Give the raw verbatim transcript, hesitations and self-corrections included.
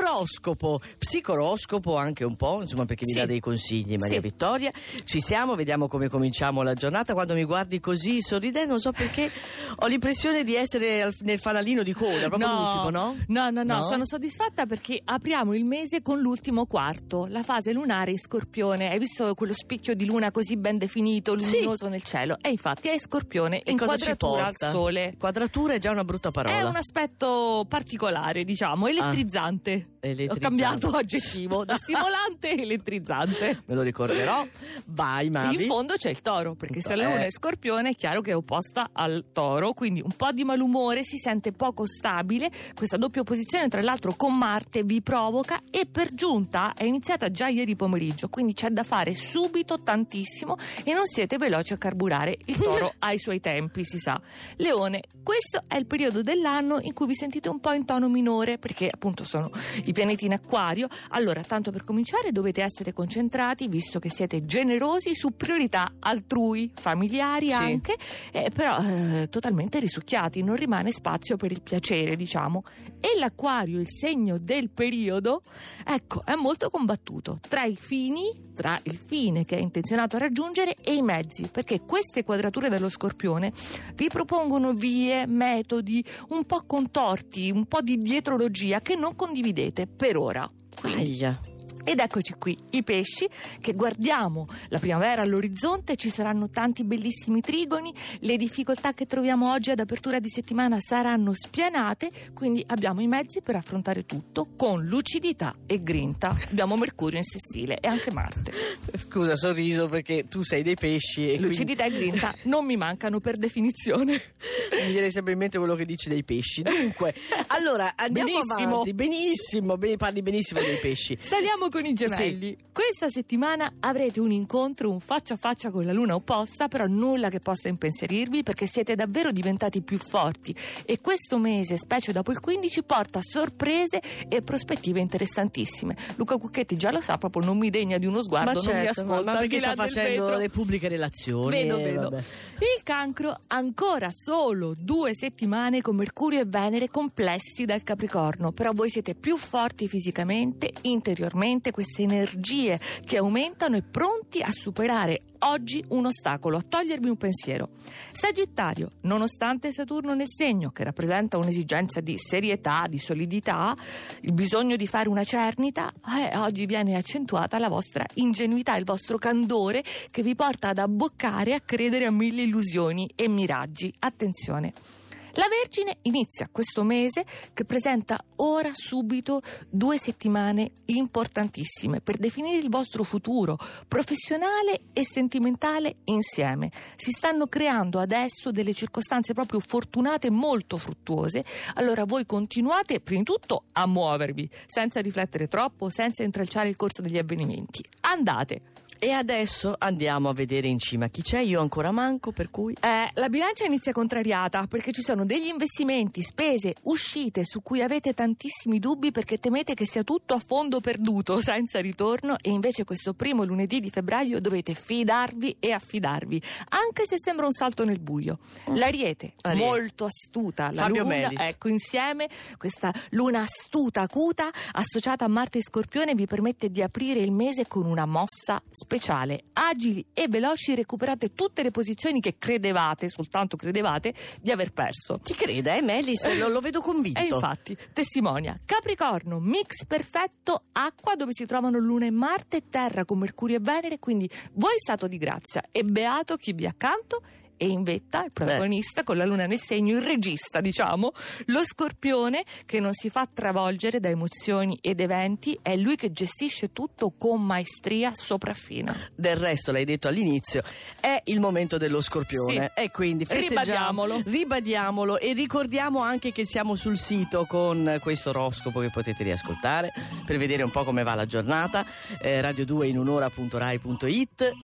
Oroscopo, psicoroscopo anche un po', insomma, perché mi Sì. dà dei consigli Maria Sì. Vittoria. Ci siamo, vediamo come cominciamo la giornata. Quando mi guardi così sorridendo, non so perché ho l'impressione di essere al- nel fanalino di coda, proprio No. l'ultimo, no? No, no, no, No? sono soddisfatta perché apriamo il mese con l'ultimo quarto, la fase lunare in Scorpione. Hai visto quello spicchio di luna così ben definito, luminoso Sì. nel cielo? E infatti è Scorpione E in cosa ci quadratura al porta? sole. Quadratura è già una brutta parola. È un aspetto particolare, diciamo, elettrizzante. Elettrizzante. Ho cambiato aggettivo da stimolante a elettrizzante. Me lo ricorderò. Vai, Mavi. In fondo c'è il toro, perché se la Eh. luna è Scorpione è chiaro che è opposta al toro, quindi un po' di malumore, si sente poco stabile. Questa doppia opposizione tra l'altro con Marte vi provoca, e per giunta è iniziata già ieri pomeriggio, quindi c'è da fare subito tantissimo e non siete veloci a carburare. Il toro ha i suoi tempi, si sa. Leone, questo è il periodo dell'anno in cui vi sentite un po' in tono minore, perché appunto sono i pianeti in Acquario. Allora, tanto per cominciare dovete essere concentrati, visto che siete generosi, su priorità altrui, familiari Sì. anche, eh, però eh, totalmente risucchiati, non rimane spazio per il piacere, diciamo. E l'Acquario, il segno del periodo, ecco, è molto combattuto tra i fini, tra il fine che è intenzionato a raggiungere e i mezzi, perché queste quadrature dello Scorpione vi propongono vie, metodi un po' contorti, un po' di dietrologia che non condividete per ora. Quindi, Aia. ed eccoci qui, i pesci, che guardiamo la primavera all'orizzonte, ci saranno tanti bellissimi trigoni, le difficoltà che troviamo oggi ad apertura di settimana saranno spianate, quindi abbiamo i mezzi per affrontare tutto con lucidità e grinta. Abbiamo Mercurio in sestile e anche Marte. Scusa, sorriso perché tu sei dei pesci e Lucidità e grinta non mi mancano per definizione. quindi mi viene sempre in mente quello che dici dei pesci. Dunque, allora andiamo Benissimo. avanti. Benissimo, ben- parli benissimo dei pesci. Saliamo con i gemelli. Questa settimana avrete un incontro, un faccia a faccia con la luna opposta, però nulla che possa impensierirvi, perché siete davvero diventati più forti, e questo mese, specie dopo il quindici, porta sorprese e prospettive interessantissime. Luca Cucchetti già lo sa, proprio non mi degna di uno sguardo, Ma non mi certo, ascolta, ma al perché di là sta del facendo vetro. le pubbliche relazioni? Vedo, eh, vedo. vabbè. Il Cancro, ancora solo due settimane con Mercurio e Venere complessi dal Capricorno, però voi siete più forti fisicamente, interiormente, queste energie che aumentano e pronti a superare oggi un ostacolo, a togliervi un pensiero. Sagittario, nonostante Saturno nel segno, che rappresenta un'esigenza di serietà, di solidità, il bisogno di fare una cernita, eh, oggi viene accentuata la vostra ingenuità, il vostro candore, che vi porta ad abboccare, a credere a mille illusioni e miraggi. Attenzione! La Vergine inizia questo mese che presenta ora subito due settimane importantissime per definire il vostro futuro professionale e sentimentale insieme. Si stanno creando adesso delle circostanze proprio fortunate, molto fruttuose. Allora voi continuate prima di tutto a muovervi senza riflettere troppo, senza intralciare il corso degli avvenimenti. Andate! E adesso andiamo a vedere in cima chi c'è. Io ancora manco, per cui Eh, la bilancia inizia contrariata perché ci sono degli investimenti, spese, uscite su cui avete tantissimi dubbi, perché temete che sia tutto a fondo perduto, senza ritorno, e invece questo primo lunedì di febbraio dovete fidarvi e affidarvi, anche se sembra un salto nel buio. L'Ariete, Ariete. molto astuta, la Fabio luna, Melis. ecco, insieme questa luna astuta, acuta, associata a Marte e Scorpione, vi permette di aprire il mese con una mossa speciale. Agili e veloci recuperate tutte le posizioni che credevate, soltanto credevate, di aver perso. ti creda, eh Melis, lo, lo vedo convinto. E infatti, testimonia. Capricorno, mix perfetto, acqua dove si trovano Luna e Marte, terra con Mercurio e Venere, quindi voi stato di grazia e beato chi vi è accanto. E in vetta il protagonista, con la luna nel segno, il regista, diciamo, lo Scorpione, che non si fa travolgere da emozioni ed eventi, è lui che gestisce tutto con maestria sopraffina. Del resto, l'hai detto all'inizio, è il momento dello Scorpione. Sì. E quindi festeggiamo, Ribadiamolo. ribadiamolo e ricordiamo anche che siamo sul sito con questo oroscopo che potete riascoltare per vedere un po' come va la giornata. eh, radio due in un'ora punto rai punto it.